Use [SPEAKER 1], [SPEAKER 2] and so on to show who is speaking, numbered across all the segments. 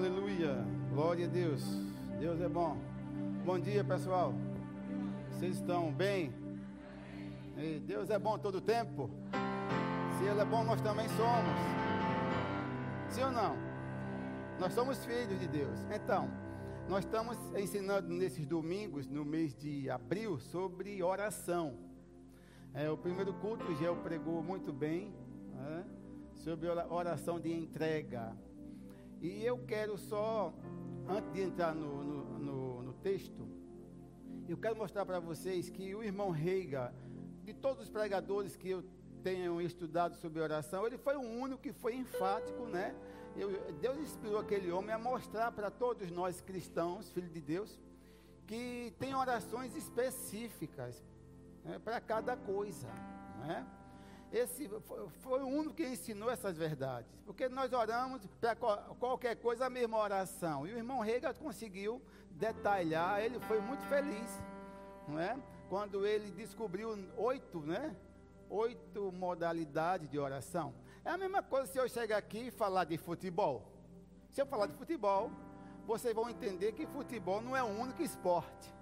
[SPEAKER 1] Aleluia, glória a Deus, Deus é bom. Bom dia, pessoal, vocês estão bem? E Deus é bom todo o tempo. Se Ele é bom, nós também somos. Sim ou não? Nós somos filhos de Deus. Então, nós estamos ensinando nesses domingos, no mês de abril, sobre oração. O primeiro culto, o Geo pregou muito bem, sobre oração de entrega. E eu quero só, antes de entrar no texto, eu quero mostrar para vocês que o irmão Reiga, de todos os pregadores que eu tenho estudado sobre oração, ele foi o único que foi enfático, né? Deus inspirou aquele homem a mostrar para todos nós cristãos, filhos de Deus, que tem orações específicas, né, para cada coisa, né? Esse foi o único que ensinou essas verdades, porque nós oramos para qualquer coisa a mesma oração, e o irmão Reiga conseguiu detalhar. Ele foi muito feliz, não é? Quando ele descobriu 8 modalidades de oração. É a mesma coisa se eu chegar aqui e falar de futebol. Se eu falar de futebol, vocês vão entender que futebol não é o único esporte.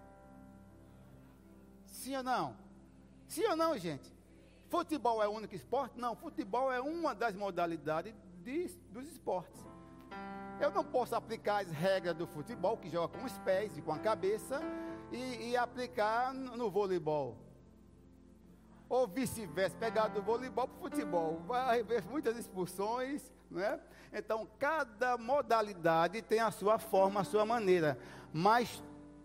[SPEAKER 1] Sim ou não? Sim ou não, gente? Futebol é o único esporte? Não, futebol é uma das modalidades dos esportes. Eu não posso aplicar as regras do futebol, que joga com os pés e com a cabeça, e aplicar no voleibol. Ou vice-versa, pegar do voleibol para o futebol. Vai haver muitas expulsões, né? Então, cada modalidade tem a sua forma, a sua maneira. Mas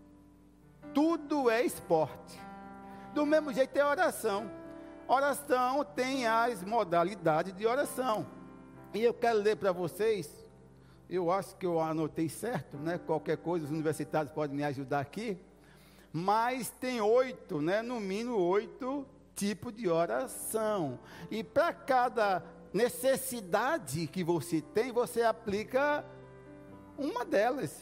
[SPEAKER 1] tudo é esporte. Do mesmo jeito é oração. Oração tem as modalidades de oração. E eu quero ler para vocês, eu acho que eu anotei certo, né? Qualquer coisa, os universitários podem me ajudar aqui. Mas tem 8, né? No mínimo 8 tipos de oração. E para cada necessidade que você tem, você aplica uma delas.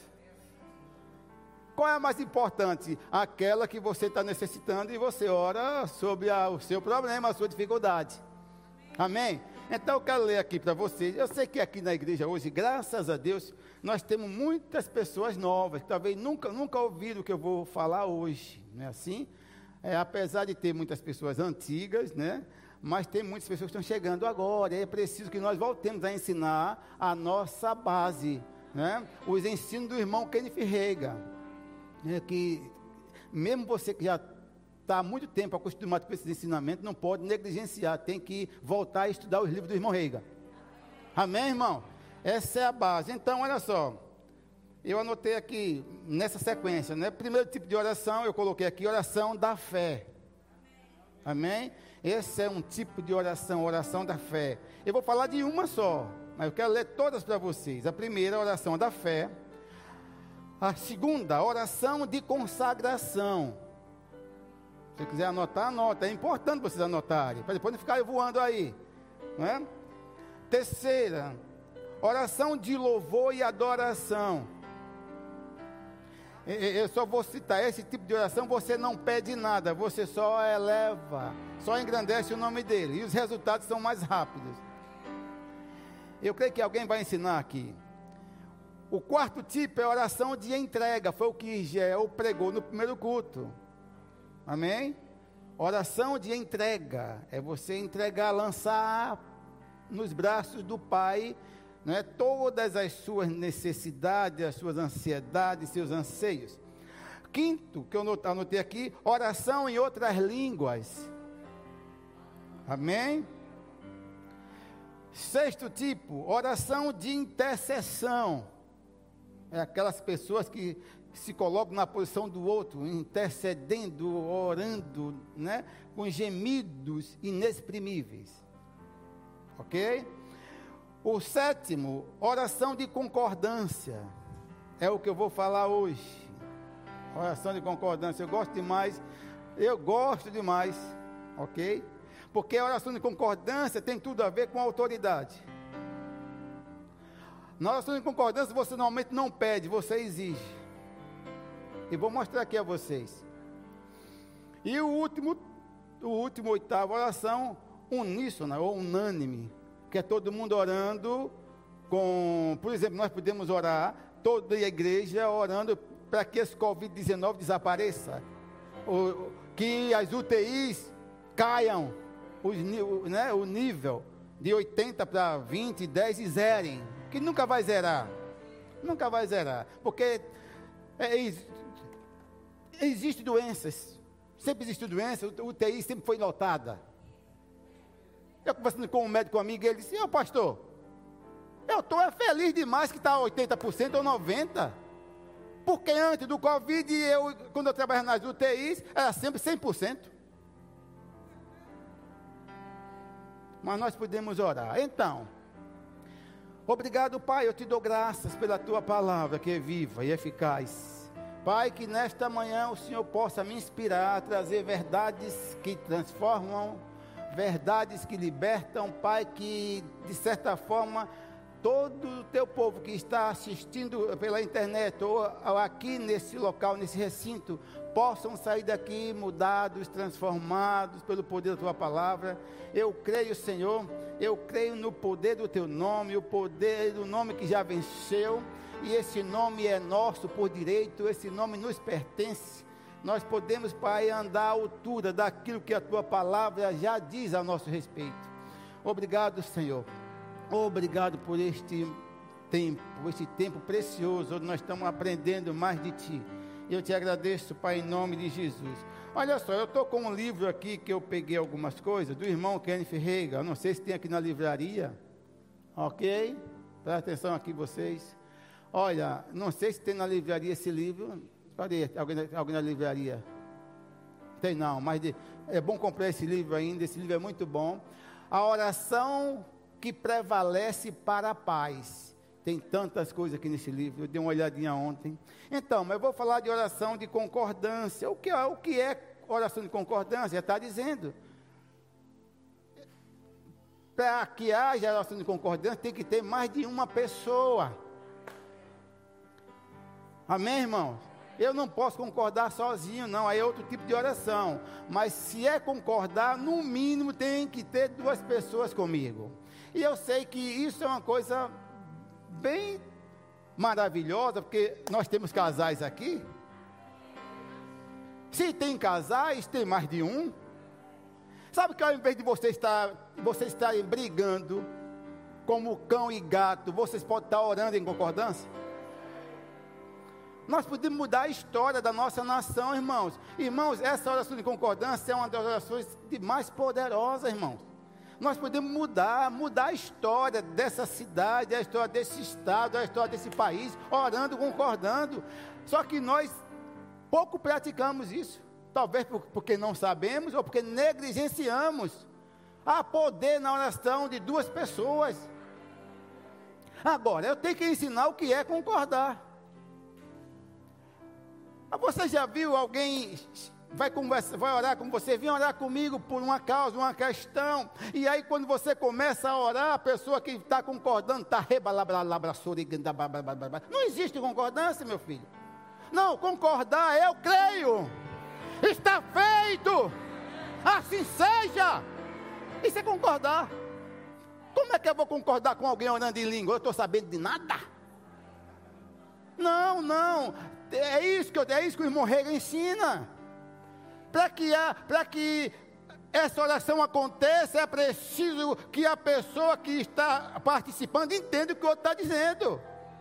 [SPEAKER 1] Qual é a mais importante? Aquela que você está necessitando e você ora sobre o seu problema, a sua dificuldade. Amém? Então eu quero ler aqui para vocês. Eu sei que aqui na igreja hoje, graças a Deus, nós temos muitas pessoas novas, que talvez nunca ouviram o que eu vou falar hoje, não é assim? Apesar de ter muitas pessoas antigas, né? Mas tem muitas pessoas que estão chegando agora, e é preciso que nós voltemos a ensinar a nossa base, né? Os ensinos do irmão Kenneth Reiga. Que mesmo você que já está há muito tempo acostumado com esses ensinamentos, não pode negligenciar, tem que voltar a estudar os livros do irmão Reiga. Amém, irmão? Essa é a base. Então, olha só, eu anotei aqui nessa sequência, né? Primeiro tipo de oração, eu coloquei aqui, oração da fé. Amém? Esse é um tipo de oração da fé. Eu vou falar de uma só, mas eu quero ler todas para vocês. A primeira, oração da fé. A segunda, oração de consagração. Se você quiser anotar, anota. É importante vocês anotarem, para depois não ficarem voando aí, não é? Terceira, oração de louvor e adoração. Eu só vou citar esse tipo de oração. Você não pede nada, você só eleva, só engrandece o nome dele, e os resultados são mais rápidos. Eu creio que alguém vai ensinar aqui. O quarto tipo é oração de entrega, foi o que Geo pregou no primeiro culto. Amém? Oração de entrega, é você entregar, lançar nos braços do Pai, né, todas as suas necessidades, as suas ansiedades, seus anseios. Quinto, que eu anotei aqui, oração em outras línguas. Amém? Sexto tipo, oração de intercessão. É aquelas pessoas que se colocam na posição do outro, intercedendo, orando, né, com gemidos inexprimíveis. Ok? O sétimo, oração de concordância. É o que eu vou falar hoje. Oração de concordância. Eu gosto demais. Ok? Porque a oração de concordância tem tudo a ver com a autoridade. Na oração de concordância, você normalmente não pede, você exige. E vou mostrar aqui a vocês. E o último, oitavo, oração uníssona ou unânime, que é todo mundo orando por exemplo, nós podemos orar, toda a igreja orando para que esse Covid-19 desapareça, que as UTIs caiam, o nível de 80 para 20, 10 e zerem, que nunca vai zerar, porque existem doenças, sempre existe doença, a UTI sempre foi lotada. Eu conversando com um médico amigo, ele disse: pastor, eu estou feliz demais que está 80% ou 90%, porque antes do Covid, quando eu trabalhava nas UTIs, era sempre 100%. Mas nós podemos orar. Então, obrigado, Pai, eu te dou graças pela tua palavra, que é viva e eficaz. Pai, que nesta manhã o Senhor possa me inspirar a trazer verdades que transformam, verdades que libertam, Pai, que de certa forma todo o teu povo que está assistindo pela internet ou aqui nesse local, nesse recinto, possam sair daqui mudados, transformados pelo poder da tua palavra. Eu creio, Senhor, eu creio no poder do teu nome, o poder do nome que já venceu, e esse nome é nosso por direito, esse nome nos pertence. Nós podemos, Pai, andar à altura daquilo que a tua palavra já diz a nosso respeito. Obrigado, Senhor. Obrigado por este tempo precioso, onde nós estamos aprendendo mais de Ti. Eu te agradeço, Pai, em nome de Jesus. Olha só, eu estou com um livro aqui que eu peguei algumas coisas, do irmão Kenneth Reagan. Eu não sei se tem aqui na livraria. Ok? Presta atenção aqui vocês. Olha, não sei se tem na livraria esse livro. Cadê? Alguém na livraria? Tem não, mas é bom comprar esse livro ainda. Esse livro é muito bom. A oração que prevalece para a paz. Tem tantas coisas aqui nesse livro, eu dei uma olhadinha ontem. Então, mas eu vou falar de oração de concordância. O que é oração de concordância? Está dizendo. Para que haja oração de concordância, tem que ter mais de uma pessoa. Amém, irmãos? Eu não posso concordar sozinho, não, aí é outro tipo de oração. Mas se é concordar, no mínimo tem que ter 2 pessoas comigo. E eu sei que isso é uma coisa bem maravilhosa, porque nós temos casais aqui. Se tem casais, tem mais de um. Sabe que ao invés de vocês estarem brigando como cão e gato, vocês podem estar orando em concordância? Nós podemos mudar a história da nossa nação, irmãos. Irmãos, essa oração de concordância é uma das orações mais poderosas, irmãos. Nós podemos mudar a história dessa cidade, a história desse estado, a história desse país, orando, concordando. Só que nós pouco praticamos isso. Talvez porque não sabemos ou porque negligenciamos. Há poder na oração de 2 pessoas. Agora, eu tenho que ensinar o que é concordar. Você já viu alguém vai orar com você, vem orar comigo por uma causa, uma questão, e aí quando você começa a orar, a pessoa que está concordando, está não existe concordância, meu filho. Não, concordar, eu creio, está feito, assim seja. Isso é concordar. Como é que eu vou concordar com alguém orando em língua? Eu estou sabendo de nada. Não, é isso que o irmão Reagan ensina. Para que essa oração aconteça, é preciso que a pessoa que está participando entenda o que o outro está dizendo.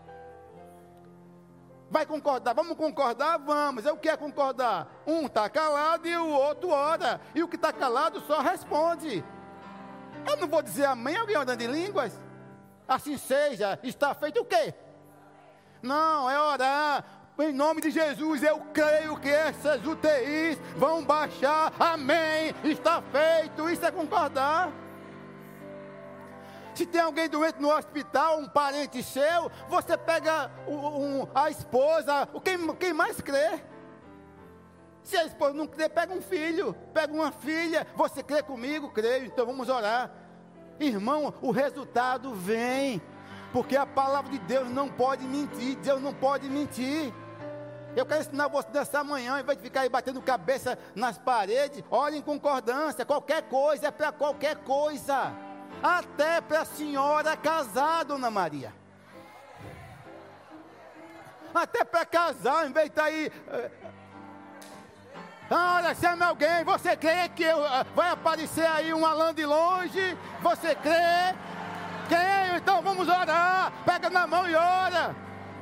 [SPEAKER 1] Vai concordar? Vamos concordar? Vamos. O que é concordar? Um está calado e o outro ora. E o que está calado só responde. Eu não vou dizer amém, alguém orando em línguas? Assim seja, está feito o quê? Não, é orar. Em nome de Jesus, eu creio que essas UTIs vão baixar. Amém. Está feito. Isso é concordar. Se tem alguém doente no hospital, um parente seu, você pega a esposa, quem mais crê. Se a esposa não crê, pega um filho, pega uma filha. Você crê comigo? Creio, então vamos orar. Irmão, o resultado vem. Porque a palavra de Deus não pode mentir. Deus não pode mentir. Eu quero ensinar você nessa manhã, em vez de ficar aí batendo cabeça nas paredes, olhe em concordância. Qualquer coisa é para qualquer coisa. até para a senhora casar, Dona Maria. Até para casar, em vez de estar aí... Olha, chame alguém, você crê que vai aparecer aí um Alain de longe? Você crê? Creio, então vamos orar. Pega na mão e ora.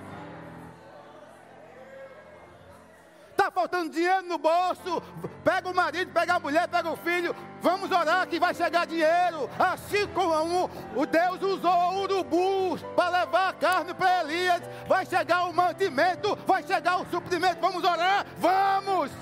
[SPEAKER 1] Está faltando dinheiro no bolso? Pega o marido, pega a mulher, pega o filho. Vamos orar que vai chegar dinheiro. Assim como o Deus usou urubus para levar a carne para Elias, vai chegar o mantimento, vai chegar o suprimento. Vamos orar, vamos!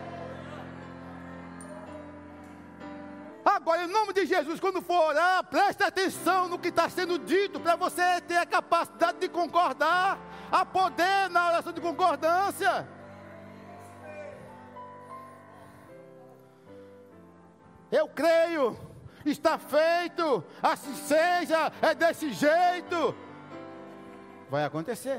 [SPEAKER 1] Agora, em nome de Jesus, quando for orar, preste atenção no que está sendo dito, para você ter a capacidade de concordar, a poder na oração de concordância. Eu creio, está feito, assim seja, é desse jeito. Vai acontecer.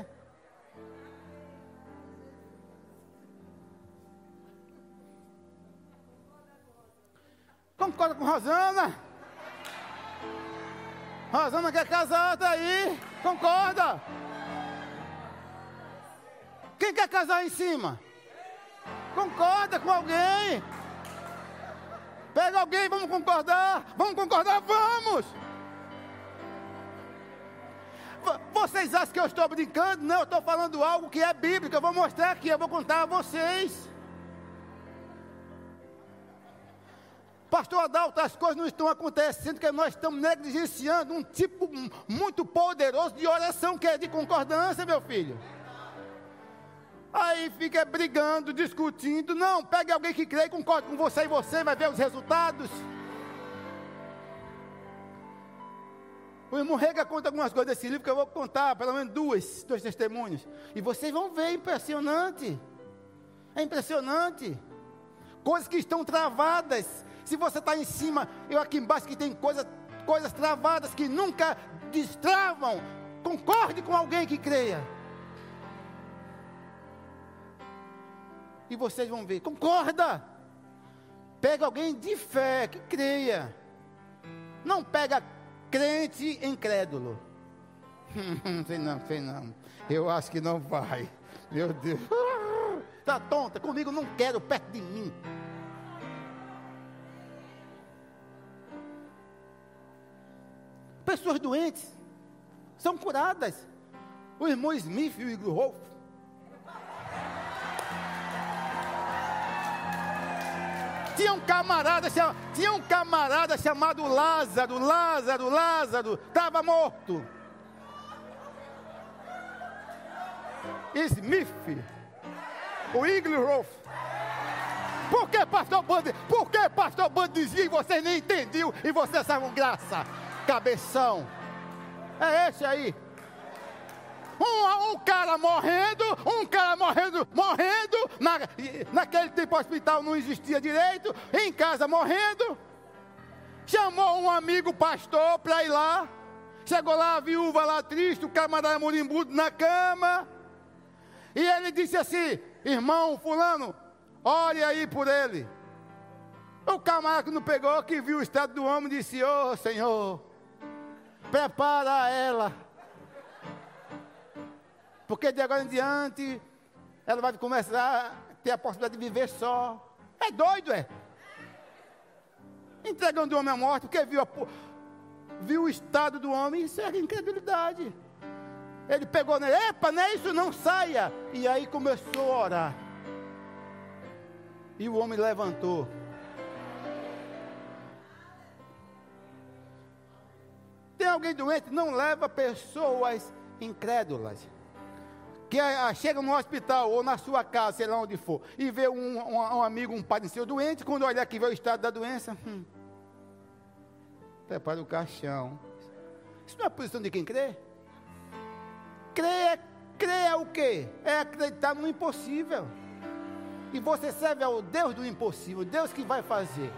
[SPEAKER 1] Concorda com Rosana? Rosana quer casar, tá aí. Concorda? Quem quer casar em cima? Concorda com alguém? Pega alguém, vamos concordar. Vamos concordar, vamos. Vocês acham que eu estou brincando? Não, eu estou falando algo que é bíblico. Eu vou mostrar aqui, eu vou contar a vocês. Pastor Adalto, as coisas não estão acontecendo porque nós estamos negligenciando um tipo muito poderoso de oração que é de concordância, meu filho. Aí fica brigando, discutindo. Não, pegue alguém que crê e concorde com você e você vai ver os resultados. O irmão Rega conta algumas coisas desse livro que eu vou contar, pelo menos dois testemunhos. E vocês vão ver, impressionante. É impressionante. Coisas que estão travadas. Se você está em cima, eu aqui embaixo que tem coisas travadas que nunca destravam. Concorde com alguém que creia. E vocês vão ver, concorda. Pega alguém de fé, que creia. Não pega crente incrédulo. Sei não. Eu acho que não vai. Meu Deus. Está tonta, comigo não quero, perto de mim. Pessoas doentes são curadas. O irmão Smith e o Igor Rolf. Tinha um camarada chamado Lázaro, estava morto. Smith, o Igor Rolf. Por que pastor Bando dizia e vocês nem entendiam e vocês estavam graça? Cabeção. É esse aí. Um cara morrendo, naquele tempo o hospital não existia direito, em casa morrendo, chamou um amigo pastor para ir lá, chegou lá a viúva lá triste, o camarada moribundo na cama, e ele disse assim, irmão fulano, ore aí por ele. O camarada que não pegou, que viu o estado do homem, disse, ô Senhor, prepara ela, porque de agora em diante, ela vai começar a ter a possibilidade de viver só. É doido, é? Entregando o homem à morte, porque viu o estado do homem, isso é incredulidade. Ele pegou nele, epa, não é isso, não saia. E aí começou a orar. E o homem levantou. Tem alguém doente? Não leva pessoas incrédulas. Que chega no hospital ou na sua casa, sei lá onde for, e vê um amigo, um parente seu doente, quando olha aqui, vê o estado da doença, prepara o caixão. Isso não é a posição de quem crê? Crer é o quê? É acreditar no impossível. E você serve ao Deus do impossível, Deus que vai fazer.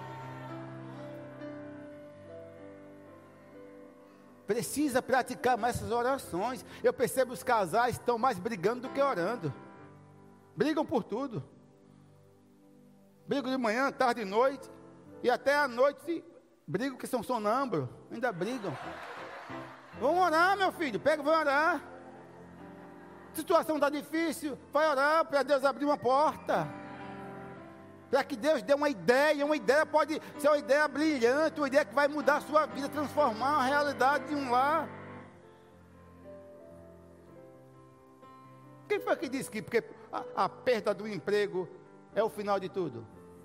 [SPEAKER 1] Precisa praticar mais essas orações. Eu percebo os casais estão mais brigando do que orando. Brigam por tudo. Brigam de manhã, tarde e noite. E até à noite Brigam que são sonâmbulos, ainda brigam. Vamos orar, meu filho, pega e vai orar. Situação está difícil, vai orar para Deus abrir uma porta. Para que Deus dê uma ideia pode ser uma ideia brilhante, uma ideia que vai mudar a sua vida, transformar a realidade de um lar. Quem foi que disse que porque a perda do emprego é o final de tudo?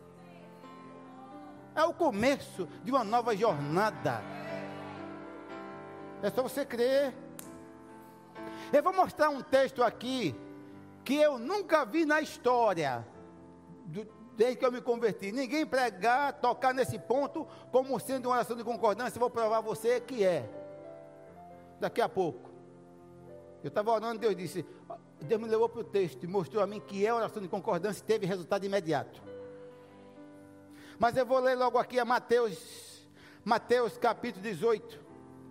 [SPEAKER 1] É o começo de uma nova jornada. É só você crer. Eu vou mostrar um texto aqui que eu nunca vi na história, desde que eu me converti. Ninguém pregar, tocar nesse ponto como sendo uma oração de concordância. Eu vou provar a você que é. Daqui a pouco. Eu estava orando, Deus disse, Deus me levou para o texto e mostrou a mim que é oração de concordância e teve resultado imediato. Mas eu vou ler logo aqui a Mateus capítulo 18.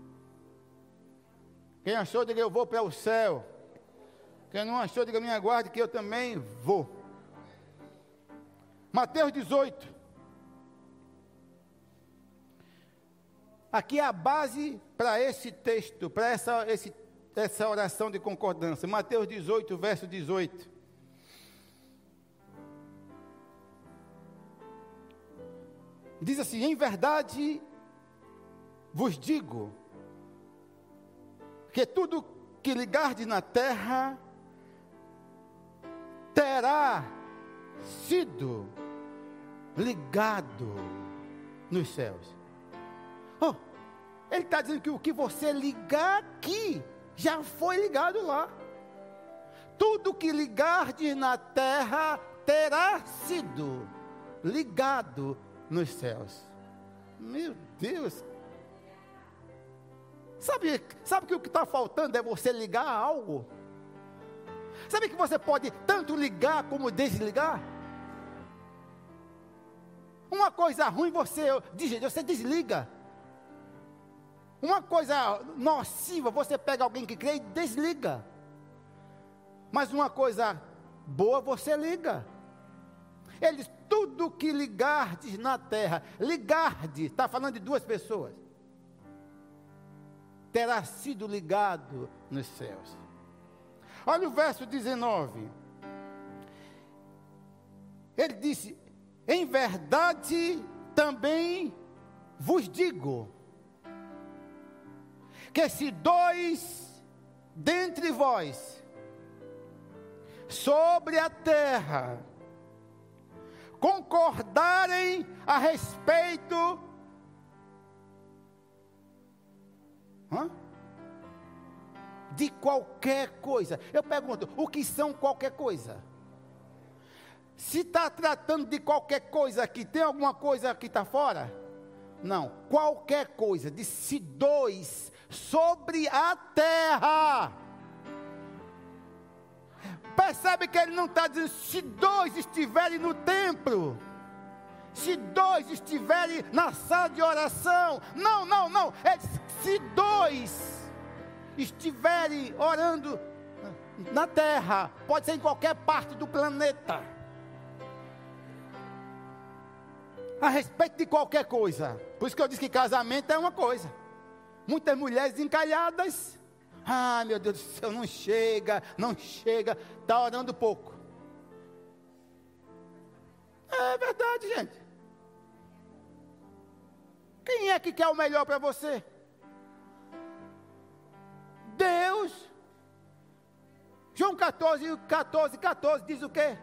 [SPEAKER 1] Quem achou, diga eu vou para o céu. Quem não achou, diga me aguarde que eu também vou. Mateus 18. Aqui é a base para esse texto, para essa oração de concordância. Mateus 18, verso 18. Diz assim: em verdade vos digo, que tudo que ligardes na terra, terá sido ligado nos céus. Oh, ele está dizendo que o que você ligar aqui, já foi ligado lá. Tudo que ligardes na terra, terá sido ligado nos céus. Meu Deus. Sabe que o que está faltando é você ligar a algo? Sabe que você pode tanto ligar como desligar? Uma coisa ruim você desliga. Uma coisa nociva, você pega alguém que crê e desliga. Mas uma coisa boa você liga. Ele diz, tudo que ligardes na terra, ligardes, está falando de duas pessoas, terá sido ligado nos céus. Olha o verso 19. Ele disse, em verdade também vos digo, que se dois dentre vós, sobre a terra, concordarem a respeito de qualquer coisa. Eu pergunto, o que são qualquer coisa? Se está tratando de qualquer coisa aqui, tem alguma coisa que está fora? Não, qualquer coisa, disse dois, sobre a terra. Percebe que ele não está dizendo se dois estiverem no templo, se dois estiverem na sala de oração. Não, é se dois estiverem orando na terra, pode ser em qualquer parte do planeta, a respeito de qualquer coisa. Por isso que eu disse que casamento é uma coisa. Muitas mulheres encalhadas, meu Deus do céu, não chega, está orando pouco. É verdade, gente. Quem é que quer o melhor para você? Deus. João 14 diz o quê?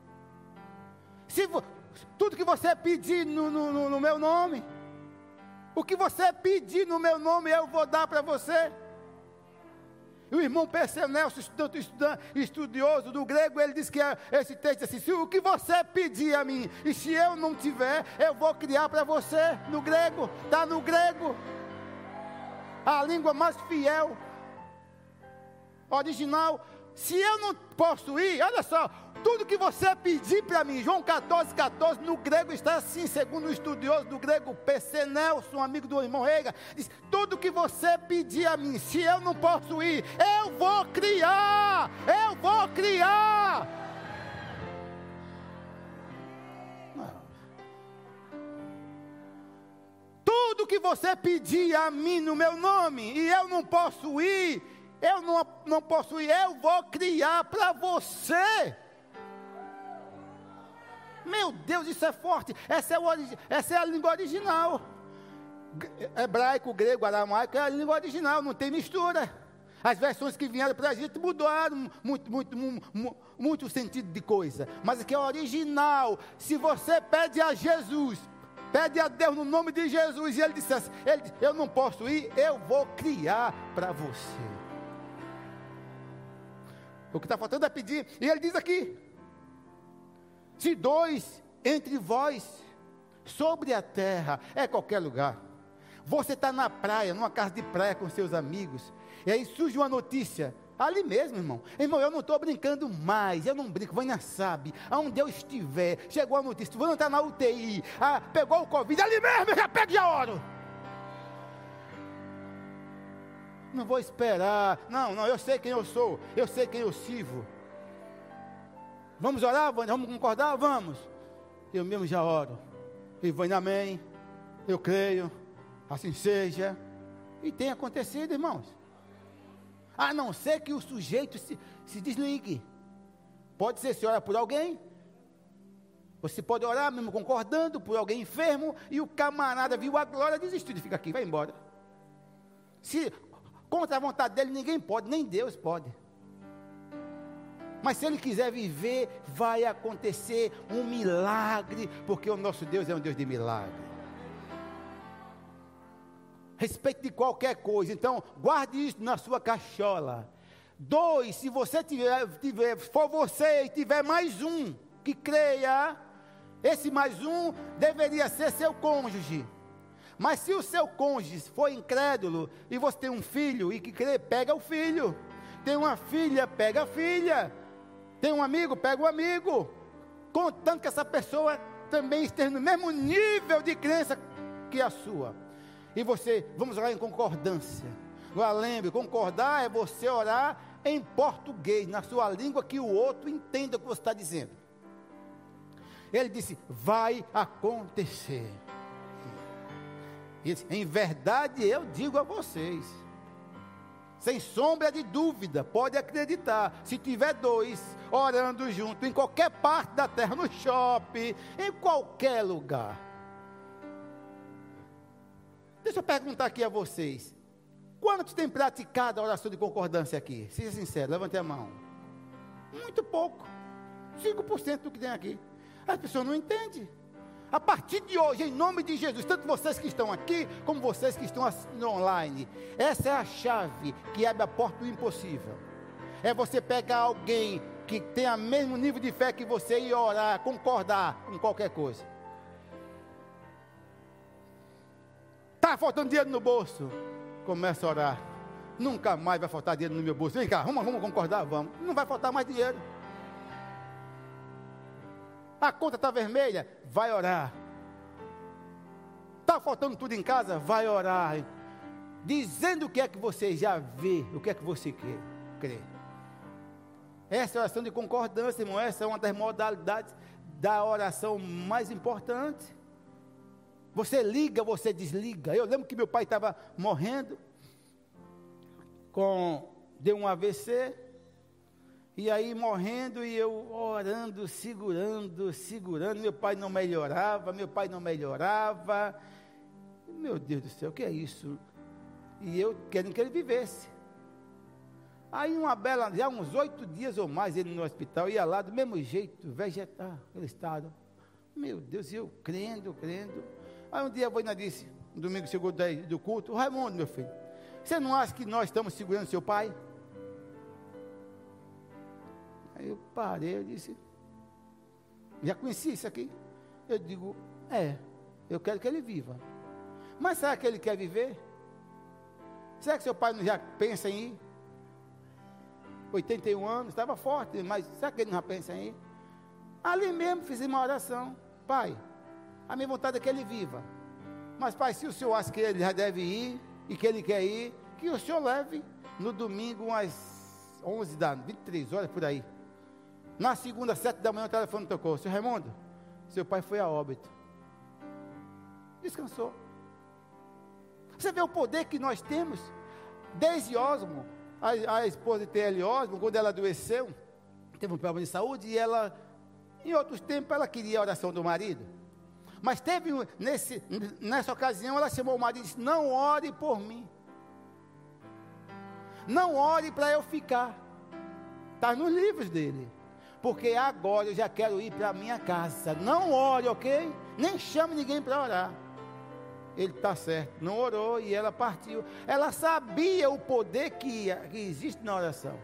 [SPEAKER 1] Tudo que você pedir no meu nome, o que você pedir no meu nome, eu vou dar para você. O irmão P.C. Nelson, estudioso do grego, ele diz que esse texto assim, se o que você pedir a mim, e se eu não tiver, eu vou criar para você. No grego, está no grego, a língua mais fiel, original. Se eu não posso ir, olha só, tudo que você pedir para mim, João 14, no grego está assim, segundo o estudioso do grego, P.C. Nelson, amigo do irmão Reiga, diz, tudo que você pedir a mim, se eu não posso ir, eu vou criar. Tudo que você pedir a mim no meu nome, e eu não posso ir, não posso ir, eu vou criar para você. Meu Deus, isso é forte. Essa é a língua original. Hebraico, grego, aramaico é a língua original, não tem mistura. As versões que vieram para a gente mudaram muito o sentido de coisa. Mas aqui é original. Se você pede a Jesus, pede a Deus no nome de Jesus, e Ele dissesse, eu não posso ir, eu vou criar para você. O que está faltando é pedir. E Ele diz aqui, se dois entre vós, sobre a terra, é qualquer lugar. Você está na praia, numa casa de praia com seus amigos, e aí surge uma notícia, ali mesmo, irmão. Irmão, eu não estou brincando mais, eu não brinco, Vânia sabe, aonde eu estiver, chegou a notícia, Vânia está na UTI, pegou o Covid, ali mesmo, eu já pego e já oro. Não vou esperar, não, eu sei quem eu sou, eu sei quem eu sirvo. Vamos orar, Vânia, vamos concordar? Vamos. Eu mesmo já oro, e Vânia, amém, eu creio, assim seja, e tem acontecido, irmãos. A não ser que o sujeito se desligue. Pode ser, se ora por alguém, você pode orar mesmo concordando por alguém enfermo, e o camarada viu a glória, desistiu de ficar aqui, vai embora. Se contra a vontade dele, ninguém pode, nem Deus pode. Mas se ele quiser viver, vai acontecer um milagre, porque o nosso Deus é um Deus de milagre. Respeito de qualquer coisa, então guarde isso na sua cachola. 2, se você for você e tiver mais um que creia, esse mais um deveria ser seu cônjuge. Mas se o seu cônjuge for incrédulo, e você tem um filho e que crê, pega o filho. Tem uma filha, pega a filha. Tem um amigo, pega o amigo. Contanto que essa pessoa também esteja no mesmo nível de crença que a sua. E você, vamos orar em concordância. Agora lembre, concordar é você orar em português, na sua língua, que o outro entenda o que você está dizendo. Ele disse, vai acontecer. Ele disse, em verdade eu digo a vocês, sem sombra de dúvida, pode acreditar, se tiver dois orando junto, em qualquer parte da terra, no shopping, em qualquer lugar. Deixa eu perguntar aqui a vocês, quantos têm praticado a oração de concordância aqui? Seja sincero, levante a mão. Muito pouco, 5% do que tem aqui. As pessoas não entendem. A partir de hoje, em nome de Jesus, tanto vocês que estão aqui, como vocês que estão online, essa é a chave que abre a porta do impossível. É você pegar alguém que tem o mesmo nível de fé que você e orar, concordar com qualquer coisa. Está faltando dinheiro no bolso, começa a orar. Nunca mais vai faltar dinheiro no meu bolso. Vem cá, vamos concordar, vamos. Não vai faltar mais dinheiro. A conta está vermelha, vai orar. Está faltando tudo em casa, vai orar. Dizendo o que é que você já vê, o que é que você crê. Essa é a oração de concordância, irmão. Essa é uma das modalidades da oração mais importante. Você liga, você desliga. Eu lembro que meu pai estava morrendo, deu um AVC, e aí morrendo, e eu orando, segurando, meu pai não melhorava, meu Deus do céu, o que é isso? E eu querendo que ele vivesse. Aí já uns 8 dias ou mais, ele no hospital, ia lá do mesmo jeito, vegetar, aquele estado. Meu Deus, eu crendo. Aí um dia a Vânia disse, no domingo chegou do culto, Raimundo, meu filho, você não acha que nós estamos segurando seu pai? Aí eu parei, eu disse, já conheci isso aqui? Eu digo, eu quero que ele viva. Mas será que ele quer viver? Será que seu pai não já pensa em ir? 81 anos, estava forte, mas será que ele não já pensa em ir? Ali mesmo fiz uma oração, pai, a minha vontade é que ele viva. Mas, pai, se o senhor acha que ele já deve ir, e que ele quer ir, que o senhor leve no domingo às 23 horas, por aí. Na segunda, 7 da manhã, o telefone tocou. Seu Raimundo, seu pai foi a óbito. Descansou. Você vê o poder que nós temos. Desde Osmo, a esposa de T.L. Osmo, quando ela adoeceu, teve um problema de saúde, e ela, em outros tempos, ela queria a oração do marido. Mas nessa ocasião, ela chamou o marido e disse: não ore por mim. Não ore para eu ficar. Está nos livros dele. Porque agora eu já quero ir para a minha casa. Não ore, ok? Nem chame ninguém para orar. Ele está certo, não orou e ela partiu. Ela sabia o poder que existe na oração.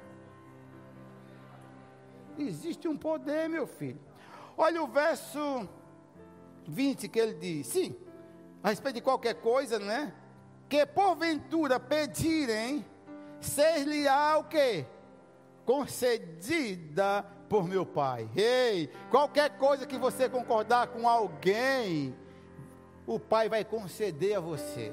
[SPEAKER 1] Existe um poder, meu filho. Olha o verso 20 que ele diz. Sim, a respeito de qualquer coisa, né? Que porventura pedirem, ser-lhe-á o quê? Concedida por meu Pai. Ei, qualquer coisa que você concordar com alguém, o Pai vai conceder a você.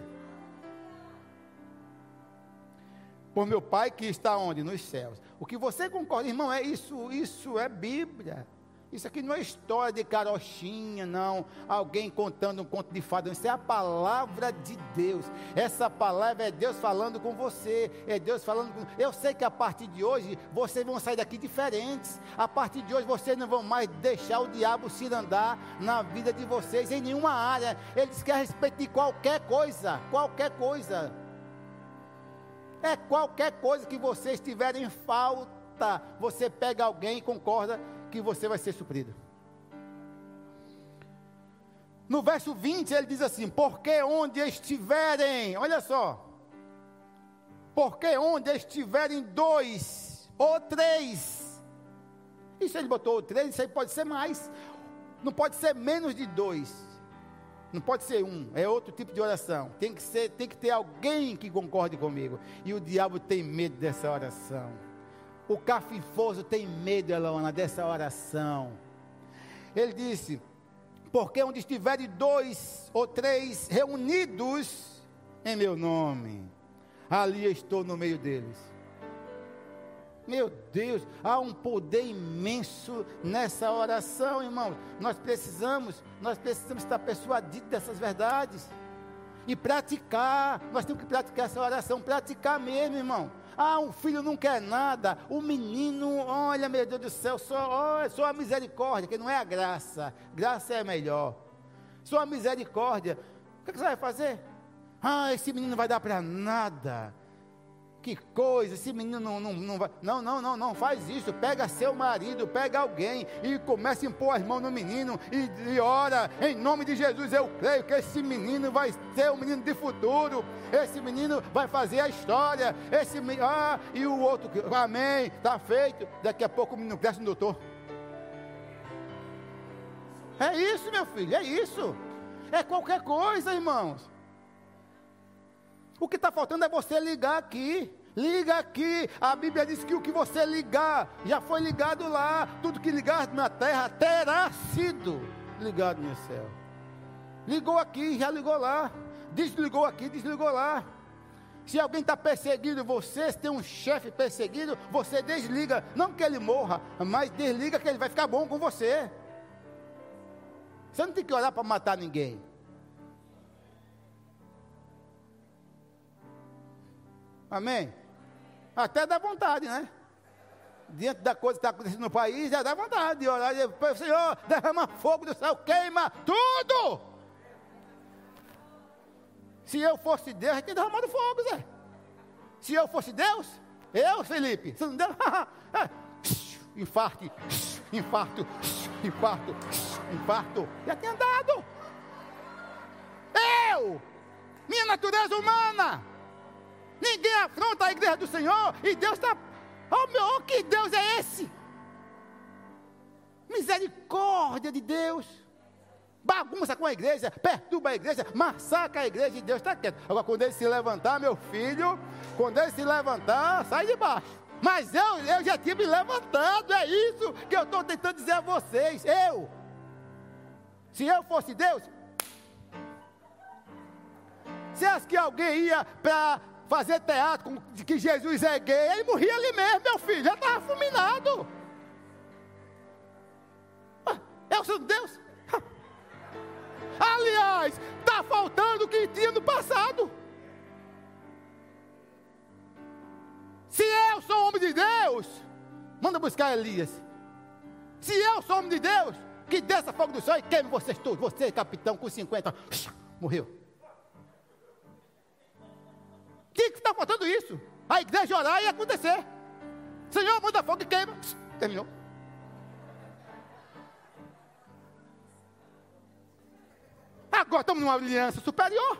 [SPEAKER 1] Por meu Pai que está onde? Nos céus. O que você concorda, irmão, é isso é Bíblia. Isso aqui não é história de carochinha, não. Alguém contando um conto de fada. Isso é a palavra de Deus. Essa palavra é Deus falando com você. É Deus falando com... Eu sei que a partir de hoje, vocês vão sair daqui diferentes. A partir de hoje, vocês não vão mais deixar o diabo cirandar na vida de vocês, em nenhuma área. Ele diz que é a respeito de qualquer coisa. Qualquer coisa. É qualquer coisa que vocês tiverem em falta. Você pega alguém e concorda que você vai ser suprido. No verso 20 ele diz assim: porque onde estiverem, olha só, porque onde estiverem 2 ou 3, isso ele botou 3, isso aí pode ser mais, não pode ser menos de 2, não pode ser 1, é outro tipo de oração, tem que ter alguém que concorde comigo, e o diabo tem medo dessa oração. O cafifoso tem medo, Elona, dessa oração. Ele disse: porque onde estiverem 2 ou 3 reunidos em meu nome, ali eu estou no meio deles. Meu Deus, há um poder imenso nessa oração, irmãos. Nós precisamos estar persuadidos dessas verdades e praticar. Nós temos que praticar essa oração, praticar mesmo, irmão. Ah, o filho não quer nada, o menino, olha, meu Deus do céu, só a misericórdia, que não é a graça. Graça é melhor. Só a misericórdia. O que você vai fazer? Ah, esse menino não vai dar para nada. Que coisa, esse menino não vai. Não, faz isso. Pega seu marido, pega alguém e começa a impor as mãos no menino e ora, em nome de Jesus, eu creio que esse menino vai ser um menino de futuro. Esse menino vai fazer a história. E o outro, amém, está feito. Daqui a pouco o menino cresce no doutor. É isso, meu filho, é isso. É qualquer coisa, irmãos. O que está faltando é você ligar aqui. Liga aqui. A Bíblia diz que o que você ligar, já foi ligado lá. Tudo que ligar na terra terá sido ligado no céu. Ligou aqui, já ligou lá. Desligou aqui, desligou lá. Se alguém está perseguindo você, se tem um chefe perseguido, você desliga. Não que ele morra, mas desliga que ele vai ficar bom com você. Você não tem que orar para matar ninguém. Amém? Até dá vontade, né? Diante da coisa que está acontecendo no país, já dá vontade de orar. Senhor, derrama fogo do céu, queima tudo. Se eu fosse Deus, eu tinha derramado fogo, Zé. Se eu fosse Deus, Felipe, você não deu? Infarto, já tinha dado. Minha natureza humana. Ninguém afronta a igreja do Senhor e Deus está... Oh, que Deus é esse? Misericórdia de Deus. Bagunça com a igreja, perturba a igreja, massacra a igreja e Deus está quieto. Agora, quando ele se levantar, meu filho, quando ele se levantar, sai de baixo. Mas eu já tinha me levantado, é isso que eu estou tentando dizer a vocês. Se eu fosse Deus, você acha que alguém ia para fazer teatro de que Jesus é gay? Ele morria ali mesmo, meu filho, já estava fulminado. É o Santo Deus. Aliás, está faltando o que tinha no passado. sou homem de Deus, manda buscar Elias. Se eu sou homem de Deus, que desça fogo do céu e queime vocês todos. Você, capitão, com 50, morreu. Tinha que estar faltando isso. A igreja orar e acontecer. Senhor, manda fogo e queima. Terminou. Agora estamos numa aliança superior.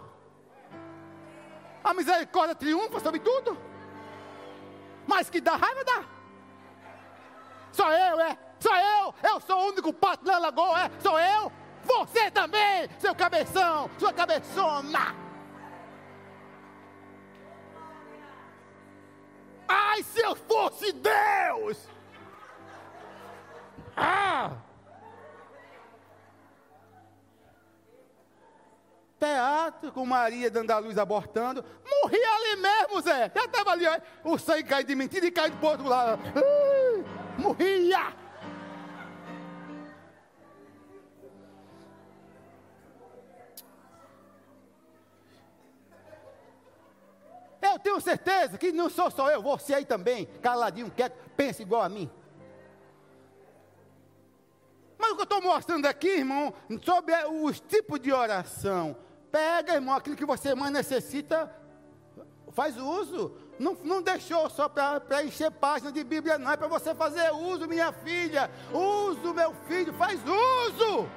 [SPEAKER 1] A misericórdia triunfa sobre tudo. Mas que dá raiva, dá. Só eu sou o único pato na lagoa, sou eu. Você também, seu cabeção, sua cabeçona. Ai, se eu fosse Deus! Teatro com Maria dando a luz, abortando. Morri ali mesmo, Zé. Já estava ali, ó, o sangue caindo de mentira e caindo do outro lado. Morria. Eu tenho certeza que não sou só eu, você aí também, caladinho, quieto, pensa igual a mim. Mas o que eu estou mostrando aqui, irmão, sobre os tipos de oração. Pega, irmão, aquilo que você mais necessita, faz uso. Não deixou só para encher página de Bíblia, não. É para você fazer uso, minha filha. Uso, meu filho, faz uso.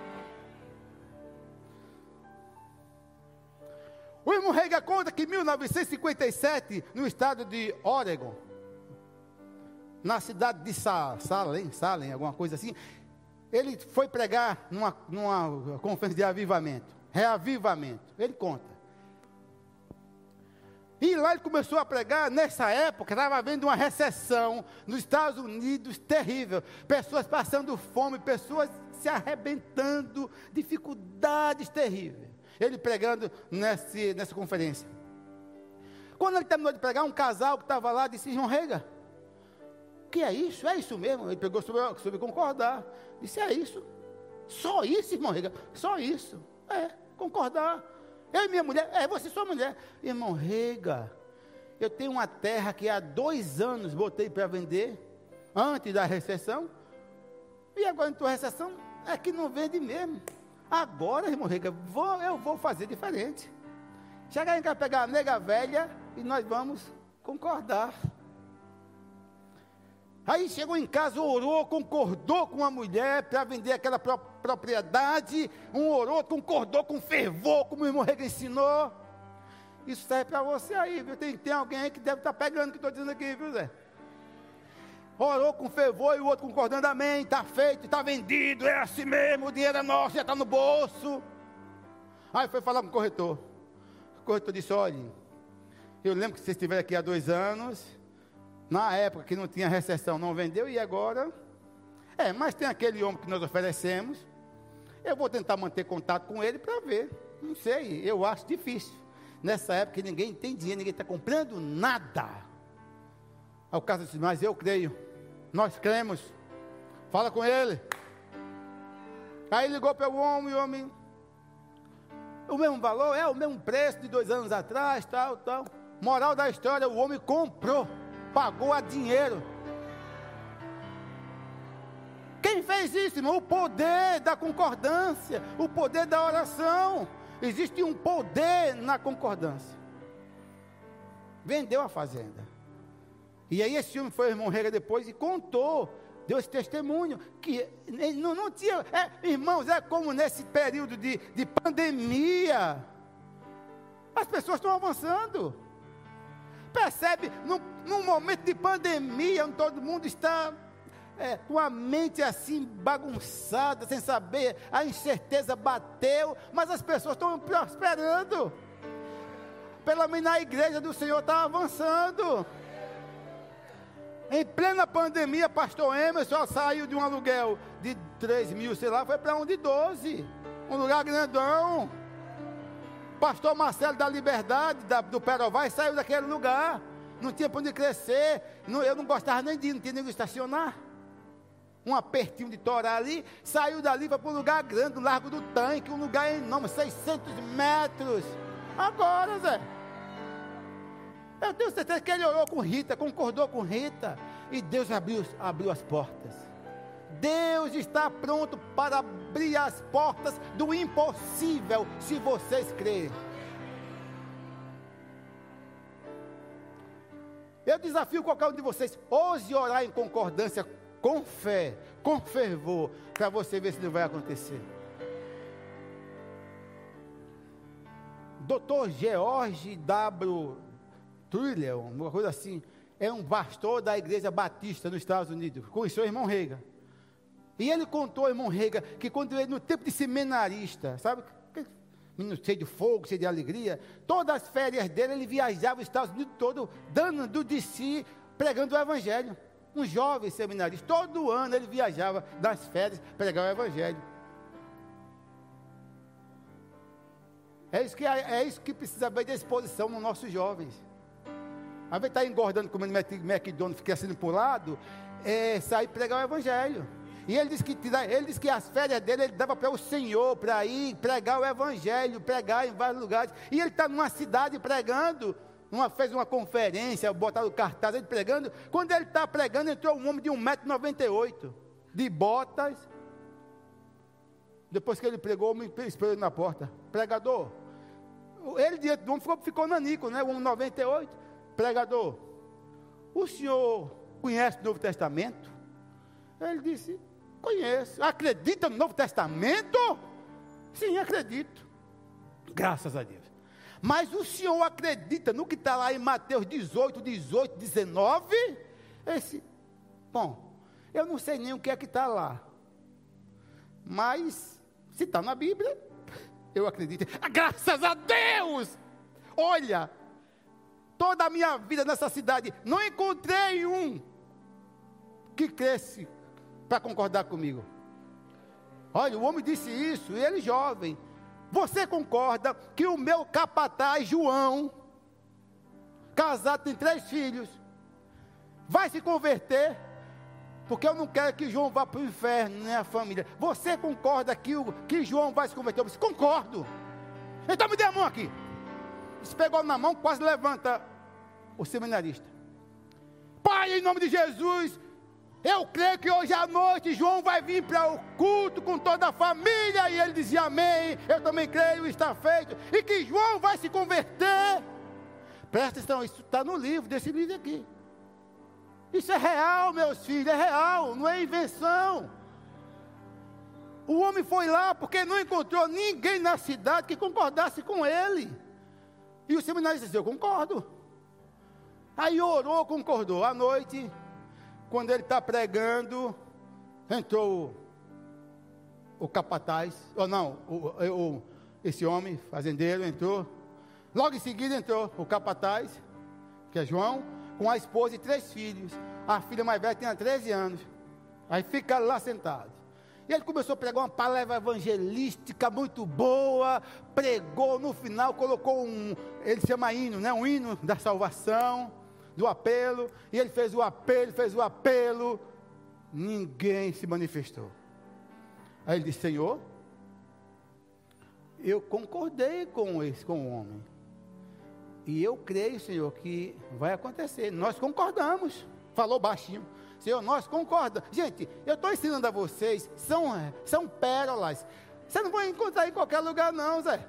[SPEAKER 1] O irmão Reiga conta que em 1957, no estado de Oregon, na cidade de Salem, alguma coisa assim, ele foi pregar numa conferência de reavivamento. Ele conta. E lá ele começou a pregar. Nessa época estava havendo uma recessão nos Estados Unidos terrível. Pessoas passando fome, pessoas se arrebentando, dificuldades terríveis. Ele pregando nessa conferência. Quando ele terminou de pregar, um casal que estava lá disse: João Reiga, o que é isso? É isso mesmo? Ele pegou sobre concordar. Disse: é isso. Só isso, irmão Reiga? Só isso. Concordar. Eu e minha mulher, você e sua mulher. Irmão Reiga, eu tenho uma terra que há 2 anos botei para vender, antes da recessão, e agora entrou a recessão, é que não vende mesmo. Agora, irmão Reiga, eu vou fazer diferente. Chegar em casa, pegar a nega velha e nós vamos concordar. Aí chegou em casa, orou, concordou com a mulher para vender aquela propriedade. Orou, concordou com fervor, como o irmão Reiga ensinou. Isso serve para você aí, viu? Tem alguém aí que deve estar pegando o que estou dizendo aqui, viu, Zé? Orou com fervor e o outro concordando, amém, está feito, está vendido, é assim mesmo, o dinheiro é nosso, já está no bolso. Aí foi falar com o corretor. O corretor disse: olha, eu lembro que vocês estiveram aqui há 2 anos, na época que não tinha recessão, não vendeu, e agora? Mas tem aquele homem que nós oferecemos, eu vou tentar manter contato com ele para ver, não sei, eu acho difícil. Nessa época ninguém tem dinheiro, ninguém está comprando nada. Aí o caso disse: mas eu creio. Nós cremos, fala com ele. Aí ligou para o homem, o mesmo valor, o mesmo preço de 2 anos atrás, tal. Moral da história, o homem comprou, pagou a dinheiro. Quem fez isso, irmão? O poder da concordância, o poder da oração. Existe um poder na concordância. Vendeu a fazenda. E aí esse homem foi ao irmão Reiga depois e contou, deu esse testemunho, que não tinha, irmãos, é como nesse período de pandemia, as pessoas estão avançando, percebe, num momento de pandemia, onde todo mundo está com a mente assim bagunçada, sem saber, a incerteza bateu, mas as pessoas estão prosperando, pelo menos na igreja do Senhor está avançando. Em plena pandemia, pastor Emerson saiu de um aluguel de 3 mil, sei lá, foi para um de 12. Um lugar grandão. Pastor Marcelo da Liberdade, do Perovai, saiu daquele lugar. Não tinha para onde crescer. Eu não gostava nem de ir, não tinha nem onde estacionar. Um apertinho de torar ali. Saiu dali, foi para um lugar grande, no Largo do Tanque, um lugar enorme, 600 metros. Agora, Zé. Eu tenho certeza que ele orou com Rita, concordou com Rita, e Deus abriu as portas. Deus está pronto para abrir as portas do impossível, se vocês crerem. Eu desafio qualquer um de vocês, ouse orar em concordância, com fé, com fervor, para você ver se não vai acontecer. Dr. George W. Triller, uma coisa assim, é um pastor da igreja batista nos Estados Unidos, conheceu o irmão Reagan. E ele contou ao irmão Reagan que quando ele, no tempo de seminarista, sabe, menino cheio de fogo, cheio de alegria, todas as férias dele, ele viajava os Estados Unidos todo, dando de si, pregando o evangelho. Um jovem seminarista, todo ano ele viajava nas férias, pregar o evangelho. É isso que precisa haver de exposição nos nossos jovens. Ao invés de estar engordando, comendo McDonald's, ficar assim por lado, sair pregar o evangelho. E ele disse que as férias dele, ele dava para o Senhor, para ir pregar o evangelho, pregar em vários lugares. E ele está numa cidade pregando, fez uma conferência, botaram o cartaz, ele pregando. Quando ele está pregando, entrou um homem de 1,98 m, de botas. Depois que ele pregou, me esperou na porta. Pregador. Ele diante do homem ficou nanico, né? 1,98 m. Pregador, o senhor conhece o Novo Testamento? Ele disse, conheço. Acredita no Novo Testamento? Sim, acredito. Graças a Deus. Mas o senhor acredita no que está lá em Mateus 18, 19? Bom, eu não sei nem o que é que está lá. Mas, se está na Bíblia, eu acredito. Graças a Deus! Olha, toda a minha vida nessa cidade, não encontrei um que cresce para concordar comigo. Olha, o homem disse isso, e ele jovem. Você concorda que o meu capataz, João, casado, tem 3 filhos, vai se converter? Porque eu não quero que João vá para o inferno, né, a família. Você concorda que João vai se converter? Eu disse, concordo. Então me dê a mão aqui. Se pegou na mão, quase levanta o seminarista. Pai, em nome de Jesus, eu creio que hoje à noite João vai vir para o culto com toda a família. E ele dizia amém, eu também creio, está feito. E que João vai se converter. Presta atenção, isso está no livro, desse livro aqui. Isso é real, meus filhos, é real, não é invenção. O homem foi lá porque não encontrou ninguém na cidade que concordasse com ele. E o seminarista disse, eu concordo. Aí orou, concordou. À noite, quando ele está pregando, entrou o capataz, ou não, esse homem, fazendeiro, entrou. Logo em seguida entrou o capataz, que é João, com a esposa e 3 filhos. A filha mais velha tinha 13 anos. Aí fica lá sentado. E ele começou a pregar uma palavra evangelística muito boa. Pregou, no final colocou ele chama hino, né? Um hino da salvação, do apelo. E ele fez o apelo. Ninguém se manifestou. Aí ele disse, Senhor, eu concordei com o homem. E eu creio, Senhor, que vai acontecer. Nós concordamos. Falou baixinho. Senhor, nós concordamos. Gente, eu estou ensinando a vocês, são pérolas. Você não vai encontrar em qualquer lugar não, Zé.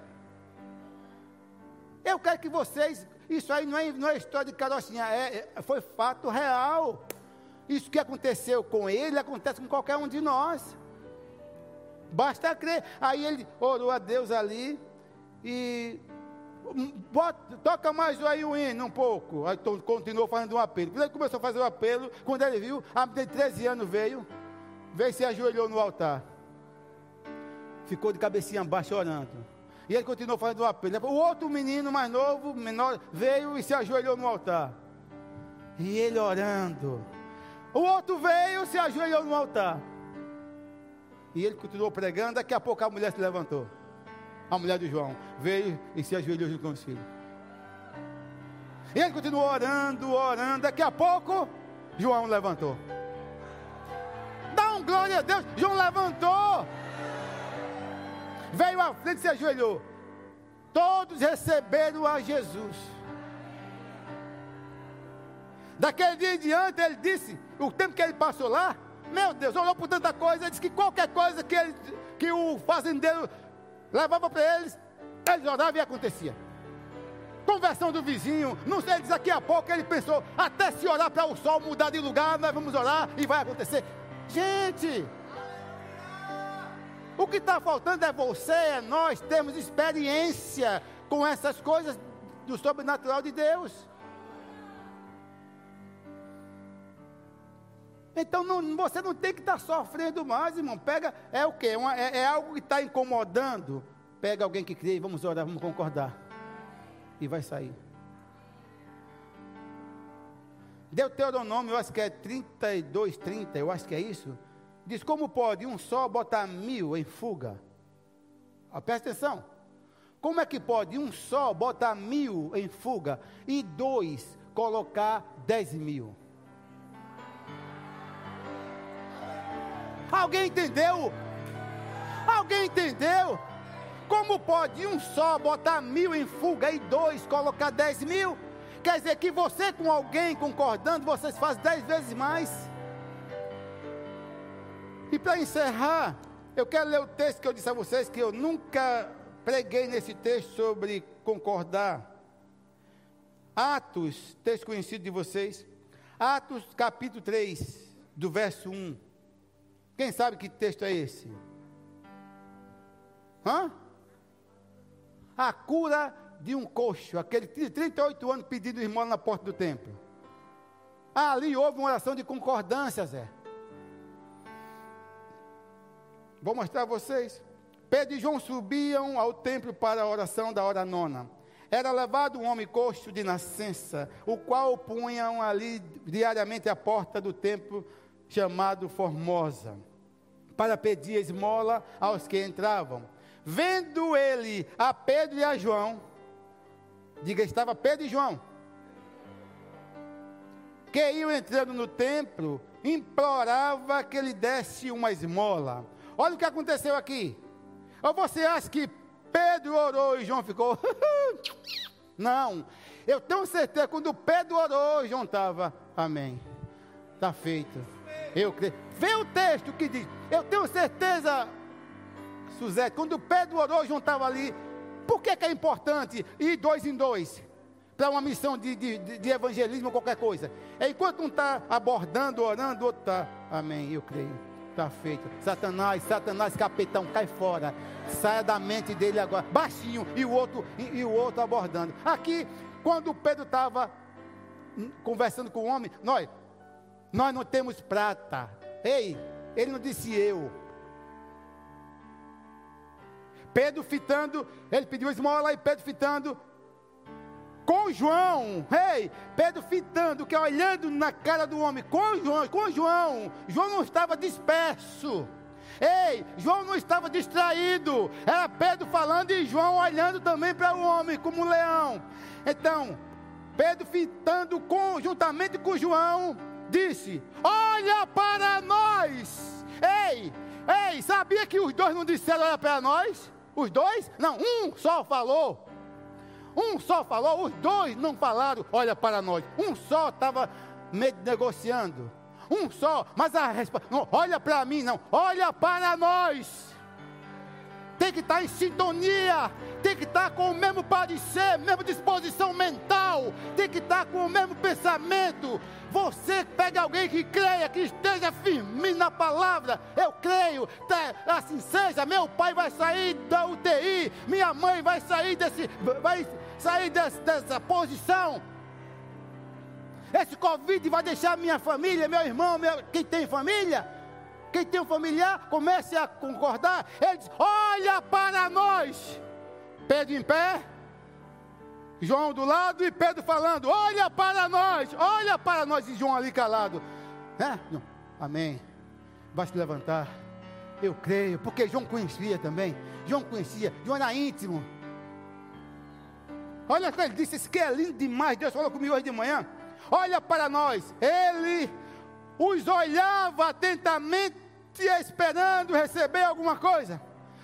[SPEAKER 1] Eu quero que vocês, isso aí não é história de carochinha, foi fato real. Isso que aconteceu com ele, acontece com qualquer um de nós. Basta crer. Aí ele orou a Deus ali e... toca mais aí o hino um pouco. Aí continuou fazendo um apelo. Quando ele começou a fazer o apelo, quando ele viu, a menina de 13 anos veio e se ajoelhou no altar. Ficou de cabecinha baixa orando. E ele continuou fazendo o apelo. O outro menino mais novo, menor, veio e se ajoelhou no altar. E ele orando. O outro veio e se ajoelhou no altar. E ele continuou pregando. Daqui a pouco a mulher se levantou. A mulher de João veio e se ajoelhou junto com os filhos. E ele continuou orando. Daqui a pouco, João levantou. Dá um glória a Deus. João levantou. Veio à frente e se ajoelhou. Todos receberam a Jesus. Daquele dia em diante, ele disse, o tempo que ele passou lá, meu Deus, olhou por tanta coisa, ele disse que qualquer coisa que o fazendeiro levava para eles oravam e acontecia. Conversão do vizinho, não sei, diz daqui a pouco ele pensou, até se orar para o sol mudar de lugar, nós vamos orar e vai acontecer. Gente, o que está faltando é você, é nós termos experiência com essas coisas do sobrenatural de Deus. Então você não tem que estar sofrendo mais, irmão. Pega, é o quê? É algo que está incomodando. Pega alguém que crê e vamos orar, vamos concordar. E vai sair. Deuteronômio, eu acho que é 32, 30, eu acho que é isso. Diz, como pode um só botar 1000 em fuga? Presta atenção. Como é que pode um só botar 1000 em fuga e 2 colocar 10.000? Alguém entendeu? Alguém entendeu? Como pode um só botar 1000 em fuga e 2 colocar 10.000? Quer dizer que você com alguém concordando, vocês fazem 10 vezes mais. E para encerrar, eu quero ler o texto que eu disse a vocês, que eu nunca preguei nesse texto sobre concordar. Atos, texto conhecido de vocês. Atos capítulo 3, do verso 1. Quem sabe que texto é esse? A cura de um coxo, aquele de 38 anos pedindo esmola na porta do templo. Ali houve uma oração de concordância, Zé. Vou mostrar a vocês. Pedro e João subiam ao templo para a oração da hora nona. Era levado um homem coxo de nascença, o qual punham ali diariamente à porta do templo chamado Formosa, para pedir esmola aos que entravam. Vendo ele a Pedro e a João, diga, estava Pedro e João, que iam entrando no templo, implorava que lhe desse uma esmola. Olha o que aconteceu aqui. Ou você acha que Pedro orou e João ficou? Não, eu tenho certeza, quando Pedro orou, João estava, amém, está feito, eu creio. Vê o texto que diz, eu tenho certeza, Suzete, quando Pedro orou, João estava ali. Por que é importante ir 2 em 2? Para uma missão de evangelismo ou qualquer coisa. Enquanto um está abordando, orando, o outro está, amém, eu creio. Está feito. Satanás, capitão, cai fora. Saia da mente dele agora. Baixinho. E o outro abordando. Aqui, quando Pedro estava conversando com o homem, nós não temos prata. Ei, ele não disse eu. Pedro fitando, ele pediu esmola e Pedro fitando com João. Ei, Pedro fitando, que é olhando na cara do homem, com João. João não estava disperso. Ei, João não estava distraído. Era Pedro falando e João olhando também para o homem, como um leão. Então, Pedro fitando juntamente com João, disse, olha para nós. Ei, sabia que os dois não disseram olha para nós? Os dois? Não, um só falou. Os dois não falaram, olha para nós. Um só estava negociando. Um só, mas a resposta, não, olha para mim, não, olha para nós. Tem que estar em sintonia, tem que estar com o mesmo parecer, mesma disposição mental, tem que estar com o mesmo pensamento. Você pega alguém que creia, que esteja firme na palavra, eu creio, assim seja, meu pai vai sair da UTI, minha mãe vai sair dessa posição. Esse Covid vai deixar minha família, meu irmão, quem tem família, quem tem um familiar, comece a concordar. Ele diz, olha para nós. Pedro em pé, João do lado e Pedro falando, olha para nós, e João ali calado. Amém, vai se levantar, eu creio, porque João conhecia também, João era íntimo. Olha o que ele disse, isso que é lindo demais, Deus falou comigo hoje de manhã. Olha para nós, ele os olhava atentamente, esperando receber alguma coisa.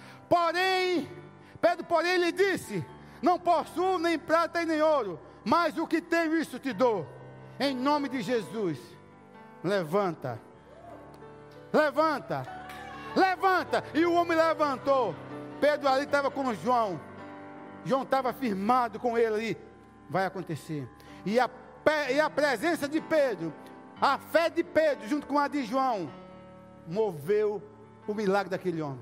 [SPEAKER 1] Pedro, lhe disse, não possuo nem prata e nem ouro, mas o que tenho isso te dou. Em nome de Jesus. Levanta. Levanta. Levanta. E o homem levantou. Pedro ali estava com João. João estava firmado com ele ali. Vai acontecer. E a presença de Pedro, a fé de Pedro junto com a de João, moveu o milagre daquele homem.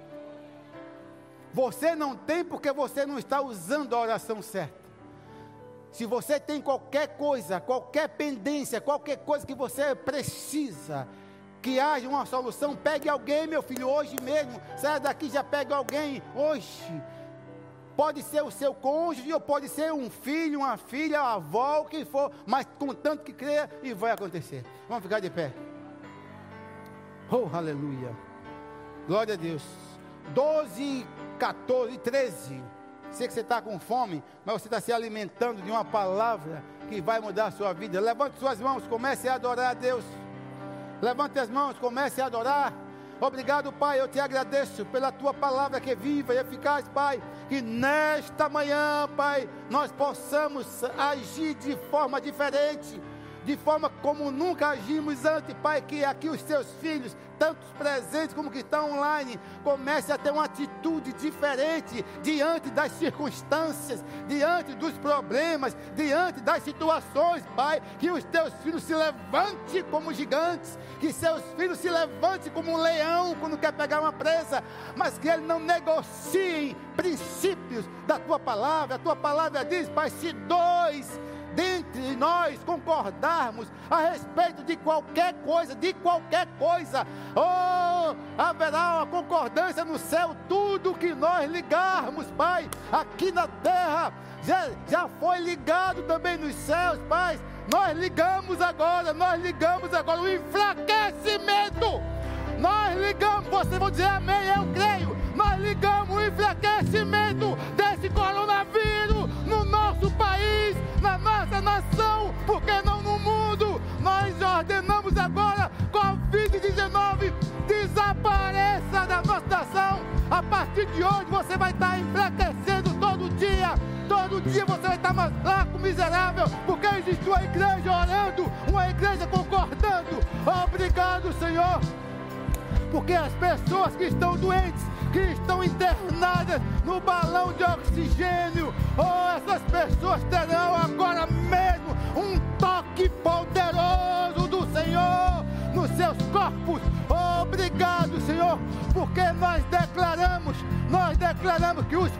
[SPEAKER 1] Você não tem porque você não está usando a oração certa. Se você tem qualquer coisa, qualquer pendência, qualquer coisa que você precisa, que haja uma solução, pegue alguém, meu filho, hoje mesmo. Saia daqui, já pegue alguém hoje. Pode ser o seu cônjuge, ou pode ser um filho, uma filha, a avó, o que for, mas contanto que creia, e vai acontecer. Vamos ficar de pé. Oh, aleluia. Glória a Deus. 12, 14, 13. Sei que você está com fome, mas você está se alimentando de uma palavra que vai mudar a sua vida. Levante suas mãos, comece a adorar a Deus. Levante as mãos, comece a adorar. Obrigado, Pai, eu te agradeço pela tua palavra que é viva e eficaz, Pai. Que nesta manhã, Pai, nós possamos agir de forma diferente, de forma como nunca agimos antes, Pai. Que aqui os teus filhos, tantos presentes como que estão online, comece a ter uma atitude diferente diante das circunstâncias, diante dos problemas, diante das situações, Pai. Que os teus filhos se levantem como gigantes, que seus filhos se levantem como um leão quando quer pegar uma presa, mas que eles não negociem princípios da tua palavra. A tua palavra diz, Pai, se dois dentre nós concordarmos a respeito de qualquer coisa, oh, haverá uma concordância no céu. Tudo que nós ligarmos, Pai, aqui na terra, já foi ligado também nos céus, Pai. Nós ligamos agora o enfraquecimento. Nós ligamos, vocês vão dizer amém, eu creio. Nós ligamos o enfraquecimento desse coronavírus no nosso país, na nossa nação, porque não no mundo. Nós ordenamos agora, Covid-19 desapareça da nossa nação. A partir de hoje você vai estar enfraquecendo todo dia. Todo dia você vai estar mais fraco, miserável, porque existe uma igreja orando, uma igreja concordando. Obrigado, Senhor, porque as pessoas que estão doentes, que estão internadas no balão de oxigênio, oh, essas pessoas terão agora mesmo um toque poderoso do Senhor nos seus corpos. Obrigado, Senhor, porque nós declaramos que os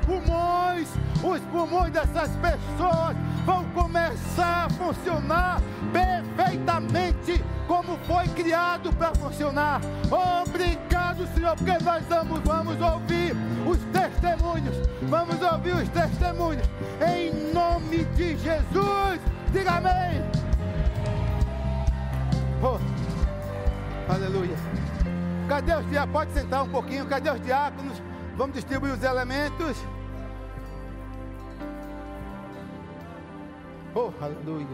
[SPEAKER 1] pulmões dessas pessoas vão começar a funcionar perfeitamente como foi criado para funcionar. Obrigado, Senhor, porque nós vamos ouvir os testemunhos, em nome de Jesus. Diga amém. Oh, aleluia. Cadê os diáconos? Pode sentar um pouquinho. Cadê os diáconos? Vamos distribuir os elementos. Oh, aleluia.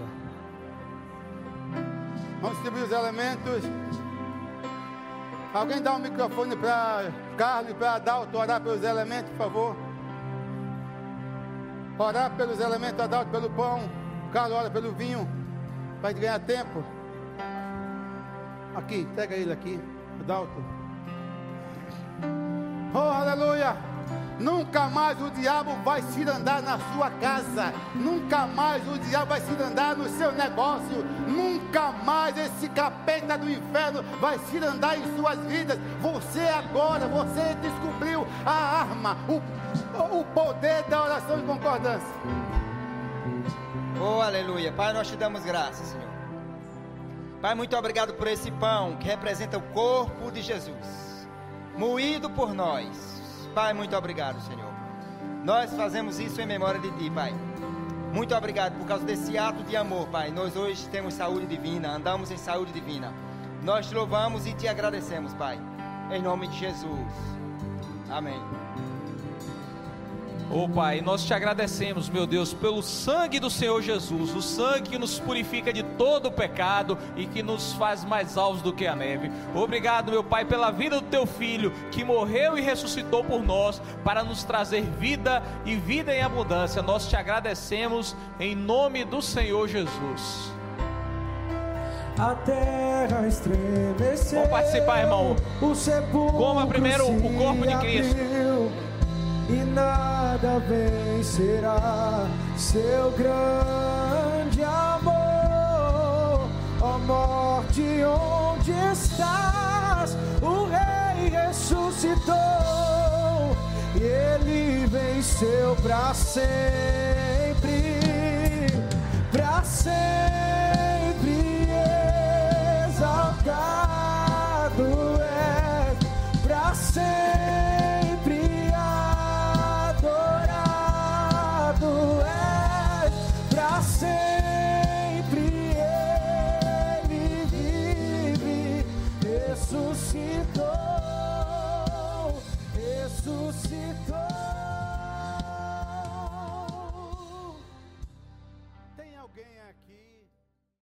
[SPEAKER 1] Vamos distribuir os elementos. Alguém dá um microfone para Carlos e para Adalto orar pelos elementos, por favor. Orar pelos elementos, Adalto pelo pão, Carlos ora pelo vinho, para ganhar tempo. Aqui, pega ele aqui, Adalto. Oh, aleluia. Nunca mais o diabo vai se andar na sua casa. Nunca mais o diabo vai se andar no seu negócio. Nunca mais esse capeta do inferno vai se andar em suas vidas. Você descobriu a arma, o poder da oração de concordância.
[SPEAKER 2] Oh, aleluia. Pai, nós te damos graças, Senhor. Pai, muito obrigado por esse pão que representa o corpo de Jesus, moído por nós. Pai, muito obrigado, Senhor. Nós fazemos isso em memória de Ti, Pai. Muito obrigado por causa desse ato de amor, Pai. Nós hoje temos saúde divina, andamos em saúde divina. Nós te louvamos e te agradecemos, Pai. Em nome de Jesus. Amém.
[SPEAKER 3] Oh, Pai, nós te agradecemos, meu Deus, pelo sangue do Senhor Jesus, o sangue que nos purifica de todo o pecado e que nos faz mais alvos do que a neve. Obrigado, meu Pai, pela vida do teu Filho, que morreu e ressuscitou por nós, para nos trazer vida e vida em abundância. Nós te agradecemos em nome do Senhor Jesus.
[SPEAKER 4] a terra estremeceu.
[SPEAKER 3] Vamos participar, irmão.
[SPEAKER 4] O sepulcro
[SPEAKER 3] Coma primeiro o corpo de Cristo.
[SPEAKER 4] E nada vencerá seu grande amor. Ó morte, onde estás? O Rei ressuscitou e ele venceu para sempre, para sempre.